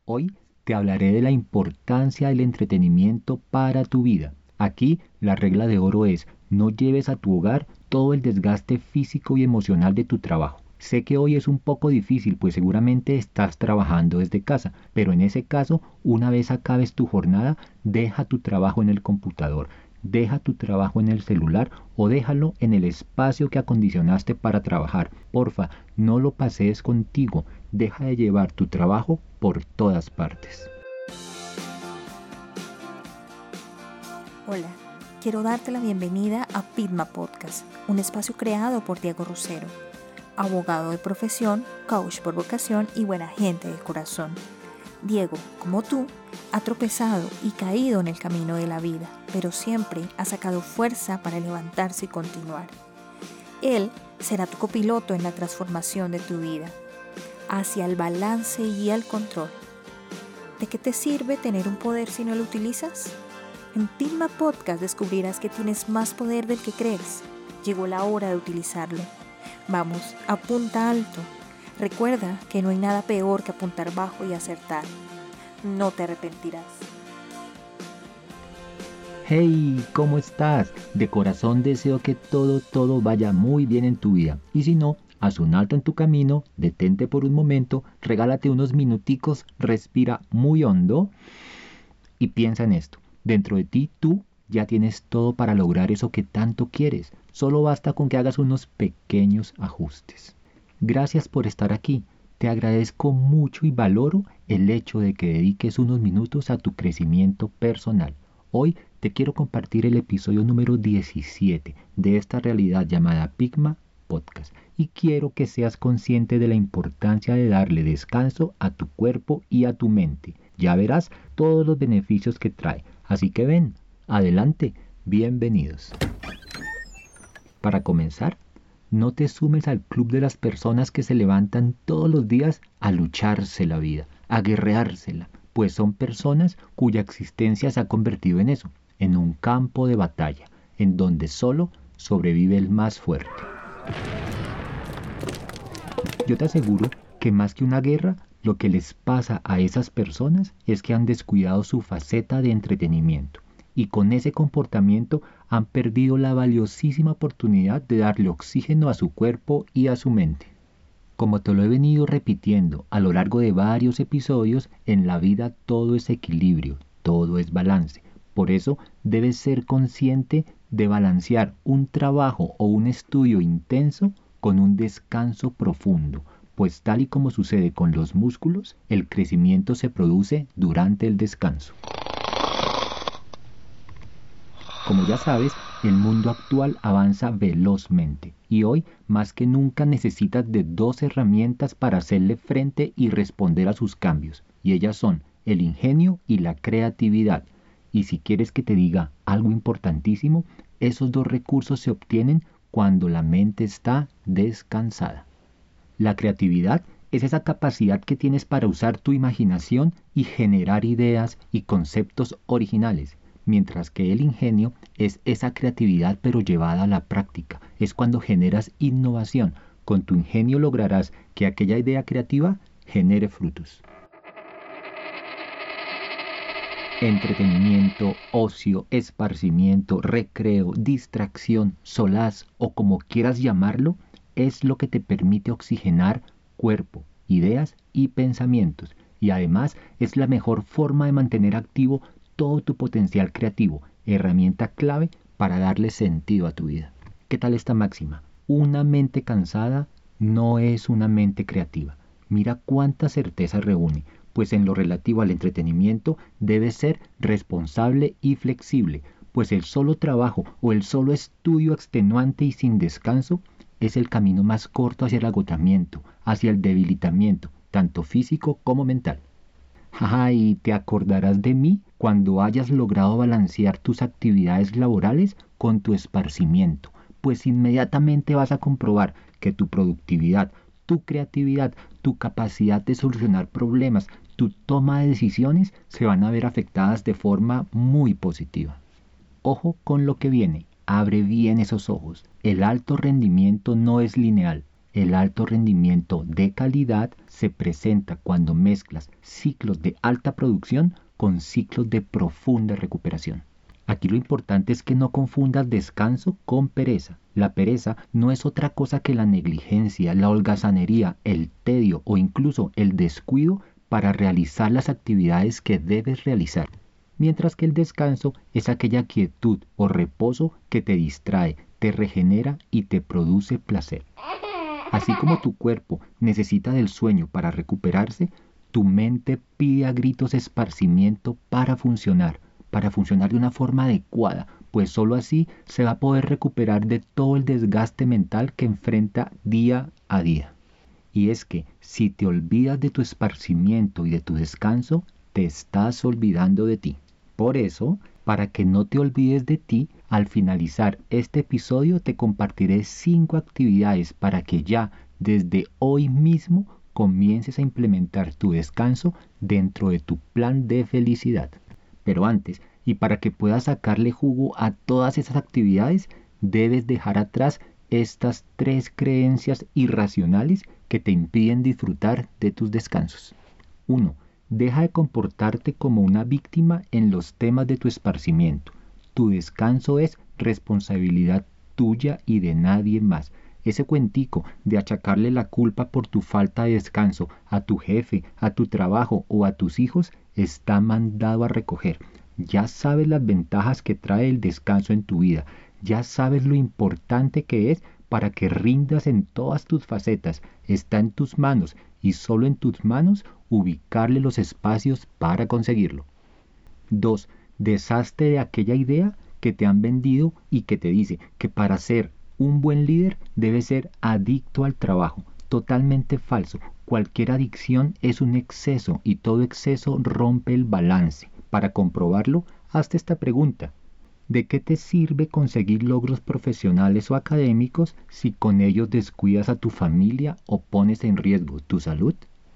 Hoy te hablaré de la importancia del entretenimiento para tu vida. Aquí la regla de oro es: no lleves a tu hogar todo el desgaste físico y emocional de tu trabajo. Sé que hoy es un poco difícil, pues seguramente estás trabajando desde casa, pero en ese caso, una vez acabes tu jornada, deja tu trabajo en el computador, deja tu trabajo en el celular o déjalo en el espacio que acondicionaste para trabajar. Porfa, no lo pasees contigo, deja de llevar tu trabajo por todas partes. Hola, quiero darte la bienvenida a Pitma Podcast, un espacio creado por Diego Rosero, abogado de profesión, coach por vocación y buena gente de corazón. Diego, como tú, ha tropezado y caído en el camino de la vida, pero siempre ha sacado fuerza para levantarse y continuar. Él será tu copiloto en la transformación de tu vida, hacia el balance y el control. ¿De qué te sirve tener un poder si no lo utilizas? En Pitma Podcast descubrirás que tienes más poder del que crees. Llegó la hora de utilizarlo. Vamos, apunta alto. Recuerda que no hay nada peor que apuntar bajo y acertar. No te arrepentirás. Hey, ¿cómo estás? De corazón deseo que todo vaya muy bien en tu vida. Y si no, haz un alto en tu camino, detente por un momento, regálate unos minuticos, respira muy hondo y piensa en esto. Dentro de ti, tú ya tienes todo para lograr eso que tanto quieres. Solo basta con que hagas unos pequeños ajustes. Gracias por estar aquí. Te agradezco mucho y valoro el hecho de que dediques unos minutos a tu crecimiento personal. Hoy te quiero compartir el episodio número 17 de esta realidad llamada Pitma Podcast. Y quiero que seas consciente de la importancia de darle descanso a tu cuerpo y a tu mente. Ya verás todos los beneficios que trae. Así que ven, adelante, bienvenidos. Para comenzar, no te sumes al club de las personas que se levantan todos los días a lucharse la vida, a guerreársela, pues son personas cuya existencia se ha convertido en eso, en un campo de batalla, en donde solo sobrevive el más fuerte. Yo te aseguro que más que una guerra, lo que les pasa a esas personas es que han descuidado su faceta de entretenimiento y con ese comportamiento han perdido la valiosísima oportunidad de darle oxígeno a su cuerpo y a su mente. Como te lo he venido repitiendo a lo largo de varios episodios, en la vida todo es equilibrio, todo es balance. Por eso debes ser consciente de balancear un trabajo o un estudio intenso con un descanso profundo, pues tal y como sucede con los músculos, el crecimiento se produce durante el descanso. Como ya sabes, el mundo actual avanza velozmente y hoy más que nunca necesitas de dos herramientas para hacerle frente y responder a sus cambios, y ellas son el ingenio y la creatividad. Y si quieres que te diga algo importantísimo, esos dos recursos se obtienen cuando la mente está descansada. La creatividad es esa capacidad que tienes para usar tu imaginación y generar ideas y conceptos originales, mientras que el ingenio es esa creatividad pero llevada a la práctica. Es cuando generas innovación. Con tu ingenio lograrás que aquella idea creativa genere frutos. Entretenimiento, ocio, esparcimiento, recreo, distracción, solaz o como quieras llamarlo, es lo que te permite oxigenar cuerpo, ideas y pensamientos. Y además es la mejor forma de mantener activo todo tu potencial creativo, herramienta clave para darle sentido a tu vida. ¿Qué tal esta máxima? Una mente cansada no es una mente creativa. Mira cuánta certeza reúne, pues en lo relativo al entretenimiento debes ser responsable y flexible, pues el solo trabajo o el solo estudio extenuante y sin descanso es el camino más corto hacia el agotamiento, hacia el debilitamiento, tanto físico como mental. Y te acordarás de mí cuando hayas logrado balancear tus actividades laborales con tu esparcimiento, pues inmediatamente vas a comprobar que tu productividad, tu creatividad, tu capacidad de solucionar problemas, tu toma de decisiones se van a ver afectadas de forma muy positiva. Ojo con lo que viene, abre bien esos ojos. El alto rendimiento no es lineal. El alto rendimiento de calidad se presenta cuando mezclas ciclos de alta producción con ciclos de profunda recuperación. Aquí lo importante es que no confundas descanso con pereza. La pereza no es otra cosa que la negligencia, la holgazanería, el tedio o incluso el descuido para realizar las actividades que debes realizar. Mientras que el descanso es aquella quietud o reposo que te distrae, te regenera y te produce placer. Así como tu cuerpo necesita del sueño para recuperarse, tu mente pide a gritos esparcimiento para funcionar de una forma adecuada, pues sólo así se va a poder recuperar de todo el desgaste mental que enfrenta día a día. Y es que si te olvidas de tu esparcimiento y de tu descanso, te estás olvidando de ti. Por eso, para que no te olvides de ti, al finalizar este episodio te compartiré 5 actividades para que ya desde hoy mismo comiences a implementar tu descanso dentro de tu plan de felicidad. Pero antes, y para que puedas sacarle jugo a todas esas actividades, debes dejar atrás estas 3 creencias irracionales que te impiden disfrutar de tus descansos. 1. Deja de comportarte como una víctima en los temas de tu esparcimiento. Tu descanso es responsabilidad tuya y de nadie más. Ese cuentico de achacarle la culpa por tu falta de descanso a tu jefe, a tu trabajo o a tus hijos está mandado a recoger. Ya sabes las ventajas que trae el descanso en tu vida. Ya sabes lo importante que es para que rindas en todas tus facetas. Está en tus manos y solo en tus manos ubicarle los espacios para conseguirlo. 2. Deshazte de aquella idea que te han vendido y que te dice que para ser un buen líder debes ser adicto al trabajo. Totalmente falso. Cualquier adicción es un exceso y todo exceso rompe el balance. Para comprobarlo, hazte esta pregunta. ¿De qué te sirve conseguir logros profesionales o académicos si con ellos descuidas a tu familia o pones en riesgo tu salud?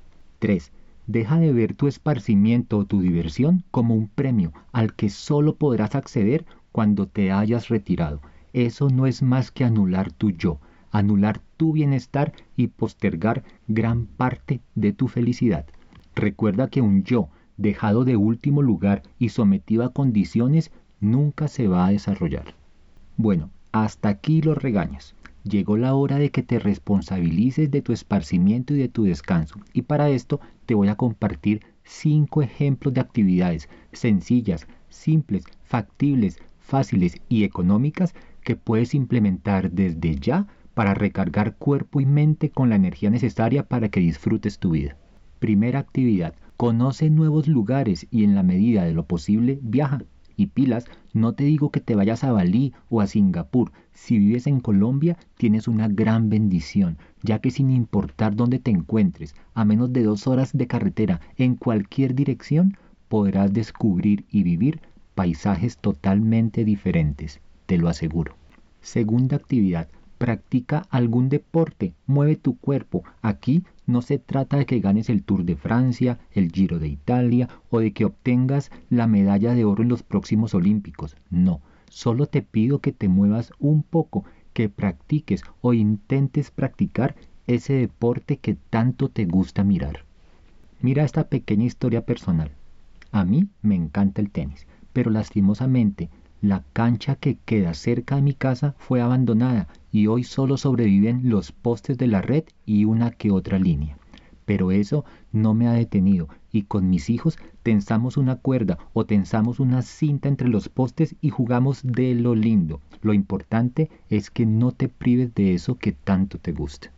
3. Deja de ver tu esparcimiento o tu diversión como un premio al que solo podrás acceder cuando te hayas retirado. Eso no es más que anular tu yo, anular tu bienestar y postergar gran parte de tu felicidad. Recuerda que un yo dejado de último lugar y sometido a condiciones nunca se va a desarrollar. Bueno, hasta aquí los regaños. Llegó la hora de que te responsabilices de tu esparcimiento y de tu descanso. Y para esto te voy a compartir 5 ejemplos de actividades sencillas, simples, factibles, fáciles y económicas que puedes implementar desde ya para recargar cuerpo y mente con la energía necesaria para que disfrutes tu vida. Primera actividad, conoce nuevos lugares y en la medida de lo posible viaja. Y pilas, no te digo que te vayas a Bali o a Singapur. Si vives en Colombia, tienes una gran bendición, ya que sin importar dónde te encuentres, a menos de 2 horas de carretera, en cualquier dirección, podrás descubrir y vivir paisajes totalmente diferentes, te lo aseguro. Segunda actividad, practica algún deporte, mueve tu cuerpo. Aquí no se trata de que ganes el Tour de Francia, el Giro de Italia o de que obtengas la medalla de oro en los próximos Olímpicos. No, solo te pido que te muevas un poco, que practiques o intentes practicar ese deporte que tanto te gusta mirar. Mira esta pequeña historia personal. A mí me encanta el tenis, pero lastimosamente la cancha que queda cerca de mi casa fue abandonada y hoy solo sobreviven los postes de la red y una que otra línea. Pero eso no me ha detenido y con mis hijos tensamos una cuerda o tensamos una cinta entre los postes y jugamos de lo lindo. Lo importante es que no te prives de eso que tanto te gusta.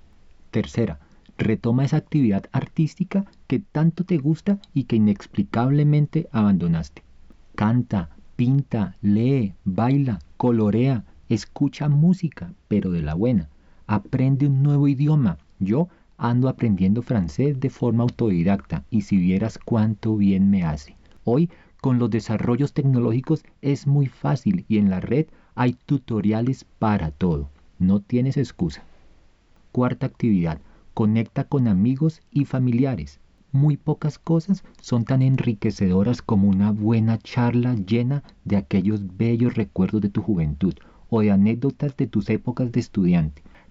Tercera, retoma esa actividad artística que tanto te gusta y que inexplicablemente abandonaste. Canta, pinta, lee, baila, colorea, escucha música, pero de la buena. Aprende un nuevo idioma. Yo ando aprendiendo francés de forma autodidacta y si vieras cuánto bien me hace. Hoy, con los desarrollos tecnológicos es muy fácil y en la red hay tutoriales para todo. No tienes excusa. Cuarta actividad, conecta con amigos y familiares. Muy pocas cosas son tan enriquecedoras como una buena charla llena de aquellos bellos recuerdos de tu juventud o de anécdotas de tus épocas de estudiante.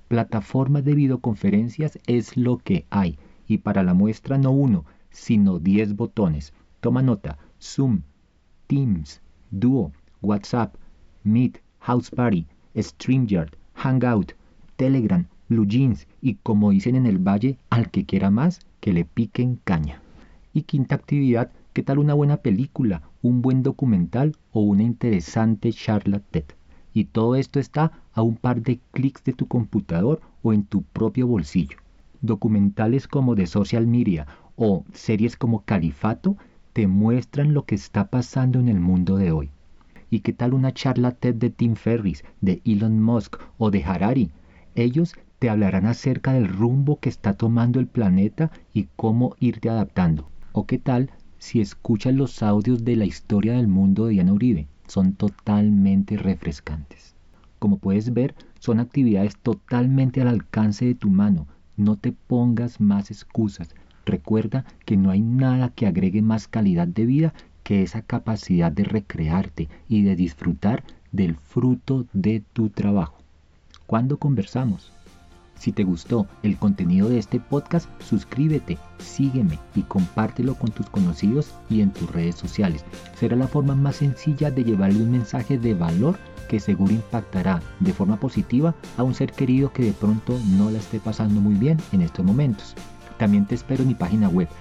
Plataformas de videoconferencias es lo que hay. Y para la muestra no 1, sino 10 botones. Toma nota: Zoom, Teams, Duo, WhatsApp, Meet, House Party, StreamYard, Hangout, Telegram, BlueJeans y, como dicen en el valle, al que quiera más, que le piquen caña. Y quinta actividad, ¿qué tal una buena película, un buen documental o una interesante charla TED? Y todo esto está a un par de clics de tu computador o en tu propio bolsillo. Documentales como The Social Media o series como Califato te muestran lo que está pasando en el mundo de hoy. ¿Y qué tal una charla TED de Tim Ferriss, de Elon Musk o de Harari? Ellos te hablarán acerca del rumbo que está tomando el planeta y cómo irte adaptando. ¿O qué tal si escuchas los audios de la historia del mundo de Diana Uribe? Son totalmente refrescantes. Como puedes ver, son actividades totalmente al alcance de tu mano. No te pongas más excusas. Recuerda que no hay nada que agregue más calidad de vida que esa capacidad de recrearte y de disfrutar del fruto de tu trabajo. ¿Cuándo conversamos? Si te gustó el contenido de este podcast, suscríbete, sígueme y compártelo con tus conocidos y en tus redes sociales. Será la forma más sencilla de llevarle un mensaje de valor que seguro impactará de forma positiva a un ser querido que de pronto no la esté pasando muy bien en estos momentos. También te espero en mi página web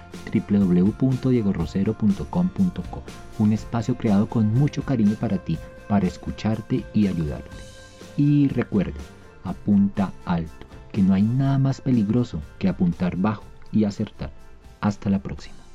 www.diegorrosero.com.co, un espacio creado con mucho cariño para ti, para escucharte y ayudarte. Y recuerda, apunta alto, que no hay nada más peligroso que apuntar bajo y acertar. Hasta la próxima.